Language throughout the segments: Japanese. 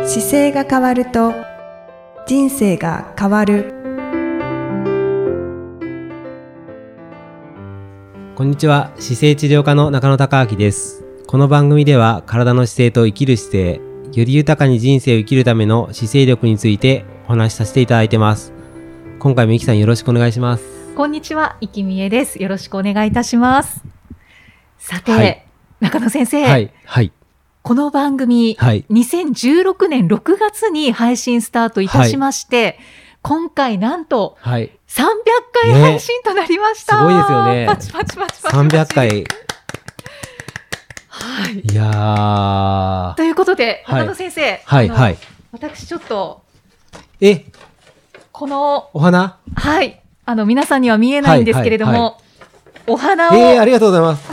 姿勢が変わると人生が変わる。 こんにちは、姿勢治療科の中野孝明です。この番組では体の姿勢と生きる姿勢、より豊かに人生を生きるための姿勢力についてお話しさせていただいてます。今回もいきさんよろしくお願いします。 こんにちは、いきみえです。よろしくお願いいたします。さて、 はい、 中野先生、 はいはい、 この番組、はい、2016年6月に配信スタートいたしまして、はい、今回なんと、はい、300回配信となりました、 すごいですよね。 パチパチパチパチパチ 300回はい、 いやーということで、中野先生、 はいはい、 私ちょっとこのお花、 はい、皆さんには見えないんですけれども、はいはいはい、お花をありがとうございます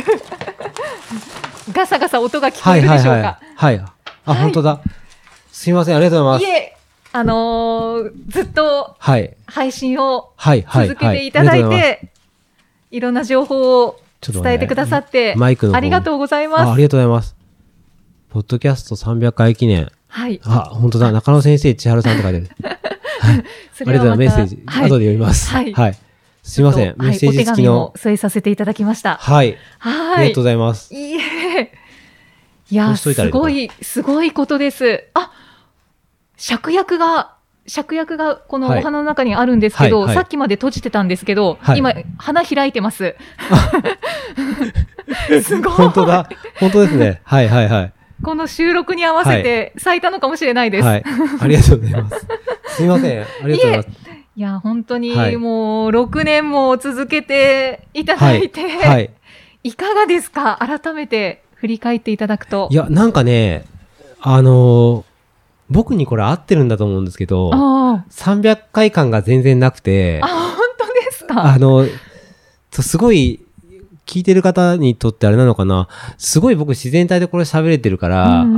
ガサガサ音が聞こえるでしょうか。はいはいはい、はい、 はい、本当だ。すみません、ありがとうございます。 いえ、ずっと配信を続けていただいて、いろんな情報を伝えてくださって、ありがとうございます。 ありがとうございます。ポッドキャスト300回記念。 はい。 本当だ。中野先生、千春さんとかで。はい。ありがとうございます。メッセージ、後で読みます。はい。はい。すみません。メッセージ付きの。 お手紙を添えさせていただきました。 はい。はい。ありがとうございます。 いや、すごいことです。芍薬がこのお花の中にあるんですけど、はいはいはい、さっきまで閉じてたんですけど、はい、今、花開いてます。すごい。 本当だ。本当ですね。はいはいはい。 この収録に合わせて咲いたのかもしれないです。 はい。ありがとうございます。すみません。ありがとうございます。 いや、本当にもう6年も続けていただいて、はいはい、いかがですか？改めて振り返っていただくと。 いや、なんかね、僕にこれ合ってるんだと思うんですけど、300回感が全然なくて、 本当ですか？ すごい、聞いてる方にとってあれなのかな、すごい僕自然体でこれ喋れてるから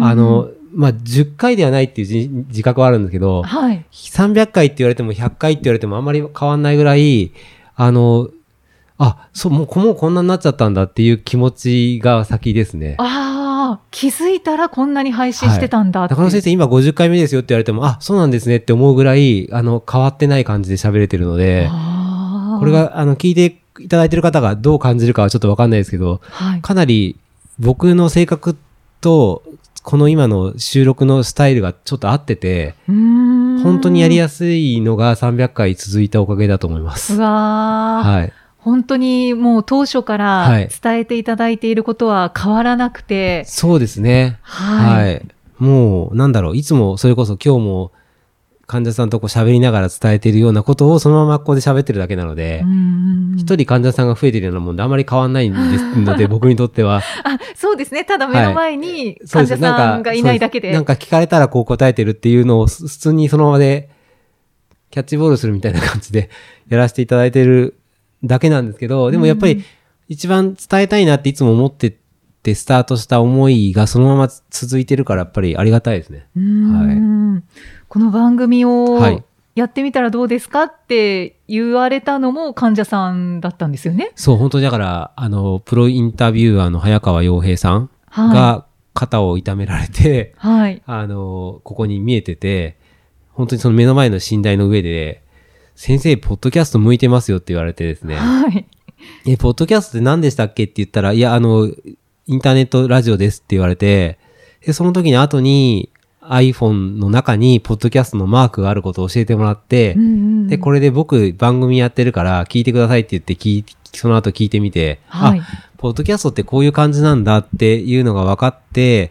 、10回ではないっていう自覚はあるんですけど、はい、300回って言われても100回って言われてもあんまり変わんないぐらい、もうこんなになっちゃったんだっていう気持ちが先ですね。 気づいたらこんなに配信してたんだって。 中野先生、今50回目ですよって言われても、そうなんですねって思うぐらい、変わってない感じで喋れてるので、これが、聞いていただいてる方がどう感じるかはちょっとわかんないですけど、はい、かなり僕の性格と、この今の収録のスタイルがちょっと合ってて、本当にやりやすいのが300回続いたおかげだと思います。はい。 本当にもう当初から伝えていただいていることは変わらなくて。 はい、そうですね。はい。はい。もう、いつもそれこそ今日も患者さんと喋りながら伝えているようなことをそのままここで喋ってるだけなので、一人患者さんが増えているようなもんであまり変わんないんですので、僕にとっては。 そうですね。ただ目の前に患者さんがいないだけで。 なんか聞かれたらこう答えてるっていうのを普通にそのままでキャッチボールするみたいな感じでやらせていただいてるだけなんですけど、でもやっぱり一番伝えたいなっていつも思っててスタートした思いがそのまま続いてるからやっぱりありがたいですね。はい。 この番組をやってみたらどうですかって言われたのも患者さんだったんですよね。 そう、本当にだから、プロインタビュアーの早川洋平さんが肩を痛められて、はい、ここに見えてて、本当にその目の前の寝台の上で、先生、ポッドキャスト向いてますよって言われてですね。はい。ポッドキャストって何でしたっけって言ったら、いや、インターネットラジオですって言われて、その時に後に iPhone の中にポッドキャストのマークがあることを教えてもらって、で、これで僕番組やってるから聞いてくださいって言ってその後聞いてみて、はい、ポッドキャストってこういう感じなんだっていうのが分かって、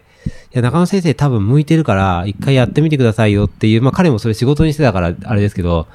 いや、中野先生多分向いてるから一回やってみてくださいよっていう、彼もそれ仕事にしてたからあれですけど、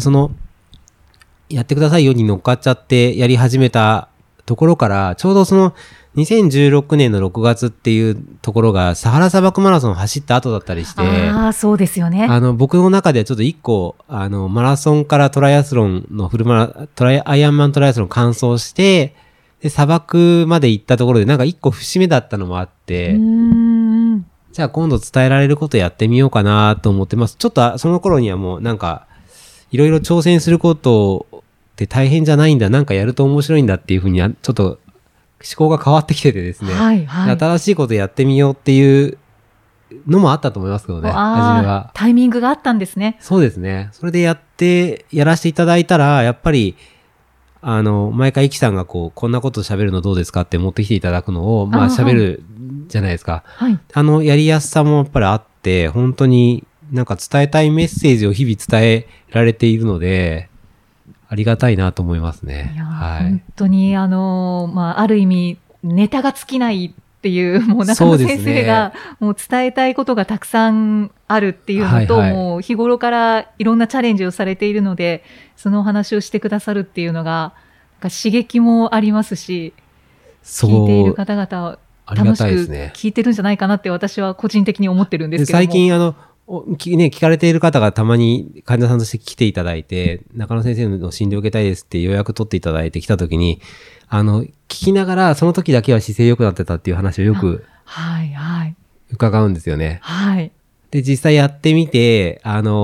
やってくださいよに乗っかっちゃってやり始めたところから、ちょうど2016年の6月っていうところがサハラ砂漠マラソンを走った後だったりして、 そうですよね。 僕の中ではちょっと一個、マラソンからトライアスロンのアイアンマントライアスロン完走して、で、砂漠まで行ったところでなんか一個節目だったのもあって、じゃあ今度伝えられることやってみようかなと思ってます。ちょっとその頃にはもうなんか、いろいろ挑戦することって大変じゃないんだ、なんかやると面白いんだっていうふうにちょっと思考が変わってきててですね、はいはい、新しいことやってみようっていうのもあったと思いますけどね、初めは。 タイミングがあったんですね。 そうですね。それでやらせていただいたら、やっぱり、毎回イキさんがこんなこと喋るのどうですかって持ってきていただくのを、喋るじゃないですか。 はい。 やりやすさもやっぱりあって、本当になんか伝えたいメッセージを日々伝えられているので、ありがたいなと思いますね。 いや、 はい。 本当にある意味、ネタが尽きないっていう、もう中野先生がもう伝えたいことがたくさんあるっていうのと、もう日頃からいろんなチャレンジをされているので、そのお話をしてくださるっていうのが、なんか刺激もありますし、聞いている方々は楽しく聞いてるんじゃないかなって私は個人的に思ってるんですけども。 最近聞かれている方がたまに患者さんとして来ていただいて、中野先生の診療を受けたいですって予約取っていただいて来た時に、聞きながらその時だけは姿勢良くなってたっていう話をよく伺うんですよね。 はい。 で、実際やってみて、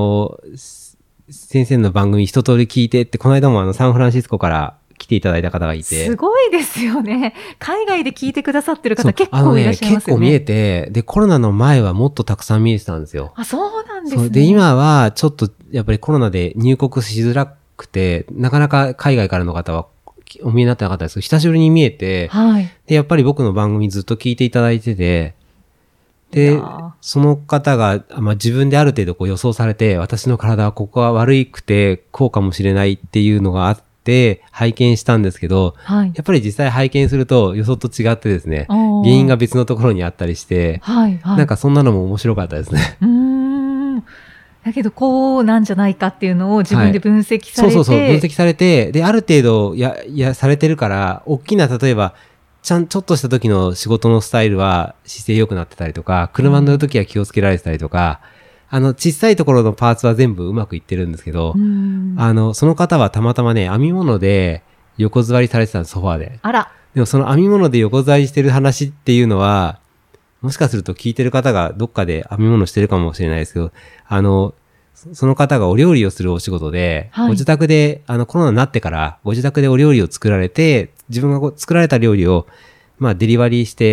先生の番組一通り聞いてって、この間もサンフランシスコから来ていただいた方がいて。 すごいですよね。海外で聞いてくださってる方結構いらっしゃいますよね。 結構見えて、で、コロナの前はもっとたくさん見えてたんですよ。 あ、そうなんですね。 で、今はちょっとやっぱりコロナで入国しづらくて、なかなか海外からの方はお見えになってなかったんですけど、久しぶりに見えて、 はい。 で、やっぱり僕の番組ずっと聞いていただいてて、で、その方が、自分である程度予想されて、私の体はここは悪くて、こうかもしれないっていうのがあって、拝見したんですけど、 はい、 やっぱり実際拝見すると予想と違ってですね、原因が別のところにあったりして、 はいはい、 なんかそんなのも面白かったですね。 だけどこうなんじゃないかっていうのを自分で分析されて、 そう分析されて、で、ある程度されてるから、大きな、例えば、ちょっとした時の仕事のスタイルは姿勢良くなってたりとか、車に乗る時は気をつけられてたりとか、小さいところのパーツは全部うまくいってるんですけど、その方はたまたまね、編み物で横座りされてたんです、ソファーで。 あら。 でもその編み物で横座りしてる話っていうのは、もしかすると聞いてる方がどっかで編み物してるかもしれないですけど、その方がお料理をするお仕事で、はい、ご自宅で、コロナになってから、ご自宅でお料理を作られて、自分が作られた料理を、デリバリーして、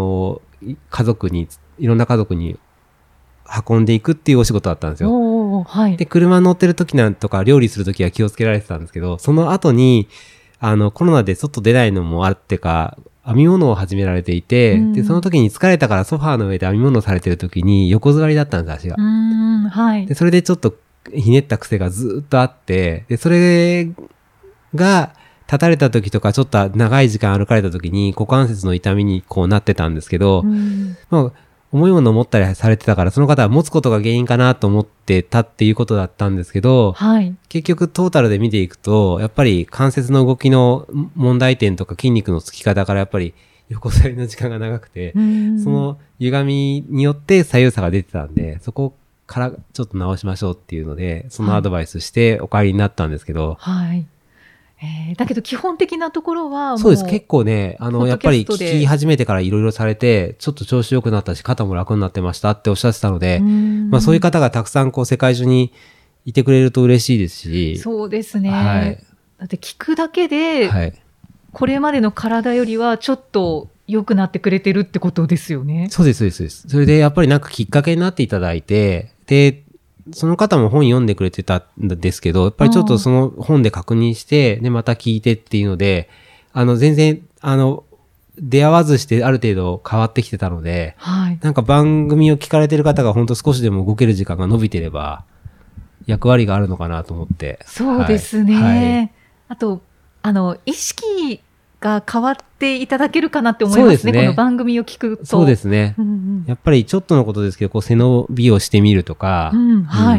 いろんな家族に運んでいくっていうお仕事だったんですよ。 はい、 で、車に乗ってる時なんとか、料理する時は気をつけられてたんですけど、その後に、コロナで外出ないのもあってか、編み物を始められていて、で、その時に疲れたからソファーの上で編み物をされてる時に横座りだったんです、足が。 はい。 で、それでちょっとひねった癖がずっとあって、で、それが立たれた時とかちょっと長い時間歩かれた時に股関節の痛みになってたんですけど、重いものを持ったりされてたから、その方は持つことが原因かなと思ってたっていうことだったんですけど、 はい、 結局トータルで見ていくと、やっぱり関節の動きの問題点とか筋肉のつき方からやっぱり横座りの時間が長くて、その歪みによって左右差が出てたんで、そこからちょっと直しましょうっていうので、そのアドバイスしてお帰りになったんですけど、 はい。だけど基本的なところはもうそうです。結構ね、やっぱり聞き始めてからいろいろされて、ちょっと調子良くなったし、肩も楽になってましたっておっしゃってたので、そういう方がたくさん世界中にいてくれると嬉しいですし。 そうですね。 はい。 だって聞くだけで、はい、これまでの体よりはちょっと良くなってくれてるってことですよね。 そうです、そうです。それでやっぱりなんかきっかけになっていただいて、で、その方も本読んでくれてたんですけど、やっぱりちょっとその本で確認して、で、また聞いてっていうので、全然、出会わずしてある程度変わってきてたので、 はい、 なんか番組を聞かれてる方が本当少しでも動ける時間が伸びてれば、役割があるのかなと思って。 そうですね。 はい、 あと、意識が変わっていただけるかなって思いますね。この番組を聞くと。 そうですね。やっぱりちょっとのことですけど、背伸びをしてみるとか、 はい。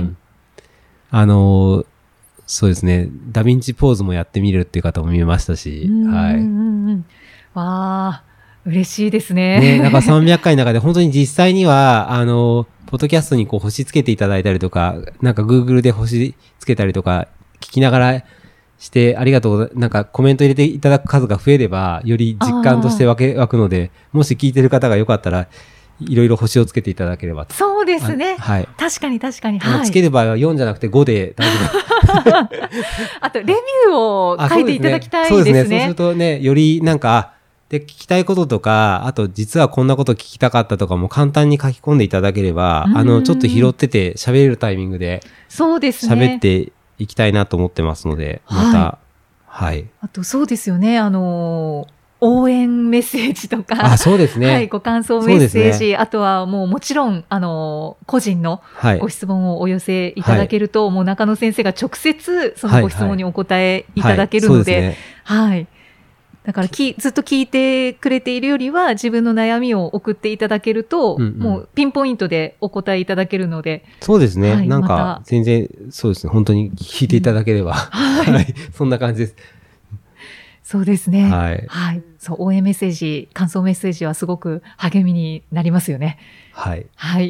そうですね。ダヴィンチポーズもやってみるっていう方も見えましたし、はい。 わー、嬉しいですね。 なんか300回の中で本当に実際には、ポッドキャストに星つけていただいたりとか、なんか Google で星つけたりとか、聞きながら、してありがとう、なんかコメント入れていただく数が増えれば、より実感として湧くので、もし聞いてる方がよかったら、いろいろ星をつけていただければと。 そうですね。 はい。 確かに。はい。 つける場合は4じゃなくて5で大丈夫。 あと、レビューを書いていただきたいですね。 そうですね。そうするとね、よりなんか、 で、聞きたいこととか、あと実はこんなこと聞きたかったとかも簡単に書き込んでいただければ、ちょっと拾ってて喋れるタイミングで、 そうですね。 喋っていきたいなと思ってますので、また、はい。 あとそうですよね、応援メッセージとか。 そうですね。 はい、ご感想メッセージ、あとはもちろん、個人のご質問をお寄せいただけると、もう中野先生が直接そのご質問にお答えいただけるので、はい。だからずっと聞いてくれているよりは、自分の悩みを送っていただけると、もうピンポイントでお答えいただけるので。 そうですね。なんか、全然、そうですね。本当に聞いていただければ。はい。そんな感じです。 そうですね。はい。はい。そう、応援メッセージ、感想メッセージはすごく励みになりますよね。 はい。 はい。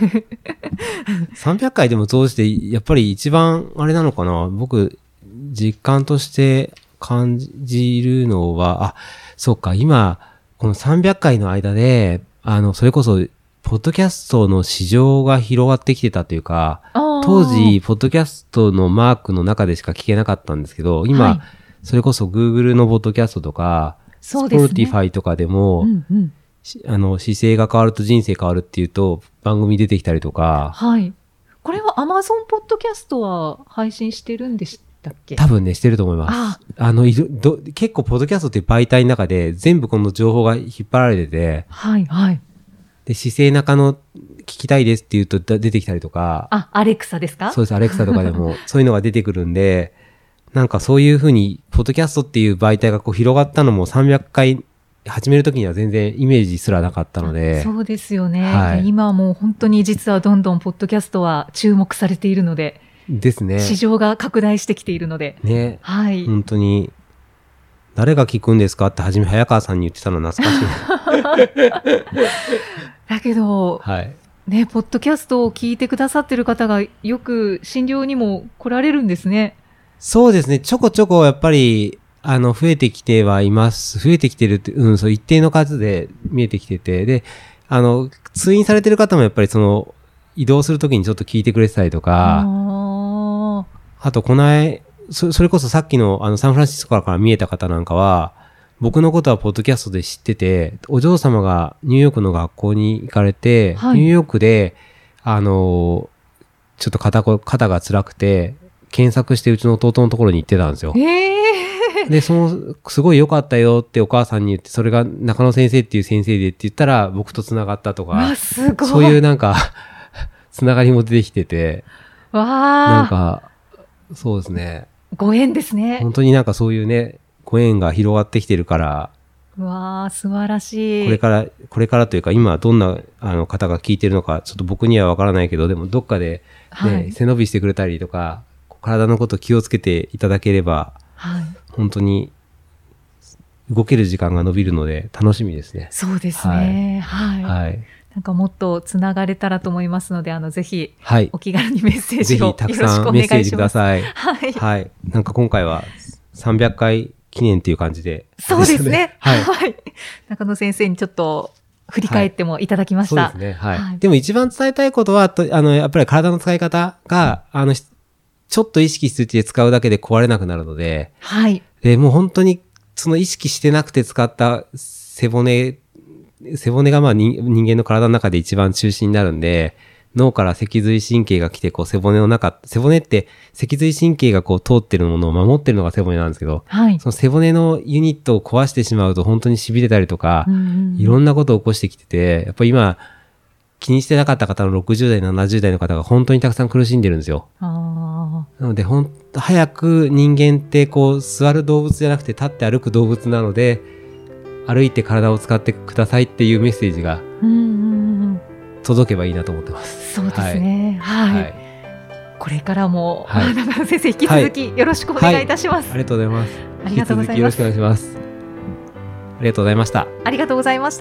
300回でも通して、やっぱり一番あれなのかな、僕、実感として感じるのは、そうか、今、この300回の間で、それこそ、ポッドキャストの市場が広がってきてたというか、当時、ポッドキャストのマークの中でしか聞けなかったんですけど、今、それこそ Google のポッドキャストとか、Spotify とかでも、姿勢が変わると人生変わるっていうと、番組出てきたりとか。 はい。これは Amazon ポッドキャストは配信してるんでしたっけ？ 多分ね、してると思います。結構ポッドキャストって媒体の中で全部この情報が引っ張られてて、 はいはい。 で、姿勢中の聞きたいですって言うと出てきたりとか。 アレクサですか？ そうです、アレクサとかでもそういうのが出てくるんで、なんかそういうふうに、ポッドキャストっていう媒体がこう広がったのも300回始めるときには全然イメージすらなかったので。 そうですよね。はい、今はもう本当に実はどんどんポッドキャストは注目されているので。 ですね。 市場が拡大してきているので。 ね。 はい。 本当に。誰が聞くんですかって初め早川さんに言ってたの懐かしい。 だけど、 はい。 ね、ポッドキャストを聞いてくださってる方がよく診療にも来られるんですね。 そうですね。ちょこちょこやっぱり、増えてきてはいます。増えてきてるって、そう、一定の数で見えてきてて、で、通院されてる方もやっぱり移動するときにちょっと聞いてくれてたりとか、あと、それこそさっきのサンフランシスコから見えた方なんかは、僕のことはポッドキャストで知ってて、お嬢様がニューヨークの学校に行かれて、はい、ニューヨークで、ちょっと肩が辛くて、検索してうちの弟のところに行ってたんですよ。で、すごい良かったよってお母さんに言って、それが中野先生っていう先生でって言ったら、僕と繋がったとか、 すごい。 そういうなんか、繋がりも出てきてて、なんか、そうですね。 ご縁ですね。 本当になんかそういうね、ご縁が広がってきてるから、 素晴らしい。 これからというか、今どんな方が聞いてるのか、ちょっと僕にはわからないけど、でもどっかで、ね、はい、背伸びしてくれたりとか、体のこと気をつけていただければ、はい、本当に動ける時間が伸びるので楽しみですね。 そうですね。はい。はい。なんかもっとつながれたらと思いますので、ぜひ、はい、お気軽にメッセージをよろしくお願いします。ぜひたくさんメッセージください。はい。 はい。なんか今回は300回記念っていう感じで。 そうですね。はい。はい。中野先生にちょっと振り返ってもいただきました。 はい、そうですね。はい。はい、でも一番伝えたいことは、やっぱり体の使い方が、ちょっと意識して使うだけで壊れなくなるので、 はい。 で、もう本当に、その意識してなくて使った背骨がまあ人間の体の中で一番中心になるんで、脳から脊髄神経が来て、背骨って脊髄神経が通ってるものを守ってるのが背骨なんですけど、はい。その背骨のユニットを壊してしまうと本当に痺れたりとか、いろんなことを起こしてきてて、やっぱり今、気にしてなかった方の60代、70代の方が本当にたくさん苦しんでるんですよ。なので、早く人間って座る動物じゃなくて立って歩く動物なので、歩いて体を使ってくださいっていうメッセージが届けばいいなと思ってます。 そうですね。はい。はい、これからも、中野先生引き続きよろしくお願いいたします。 ありがとうございます。 ありがとうございます。 よろしくお願いします。ありがとうございました。 ありがとうございました。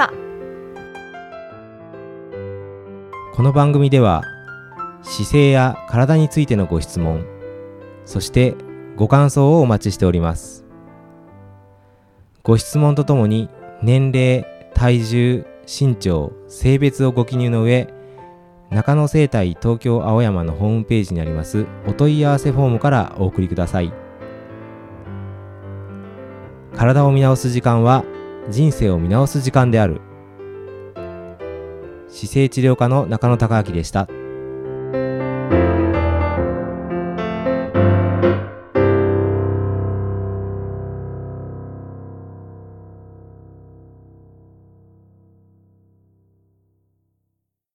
この番組では姿勢や体についてのご質問、そしてご感想をお待ちしております。ご質問とともに年齢、体重、身長、性別をご記入の上、中野生態東京青山のホームページにありますお問い合わせフォームからお送りください。体を見直す時間は人生を見直す時間である。姿勢治療科の中野孝明でした。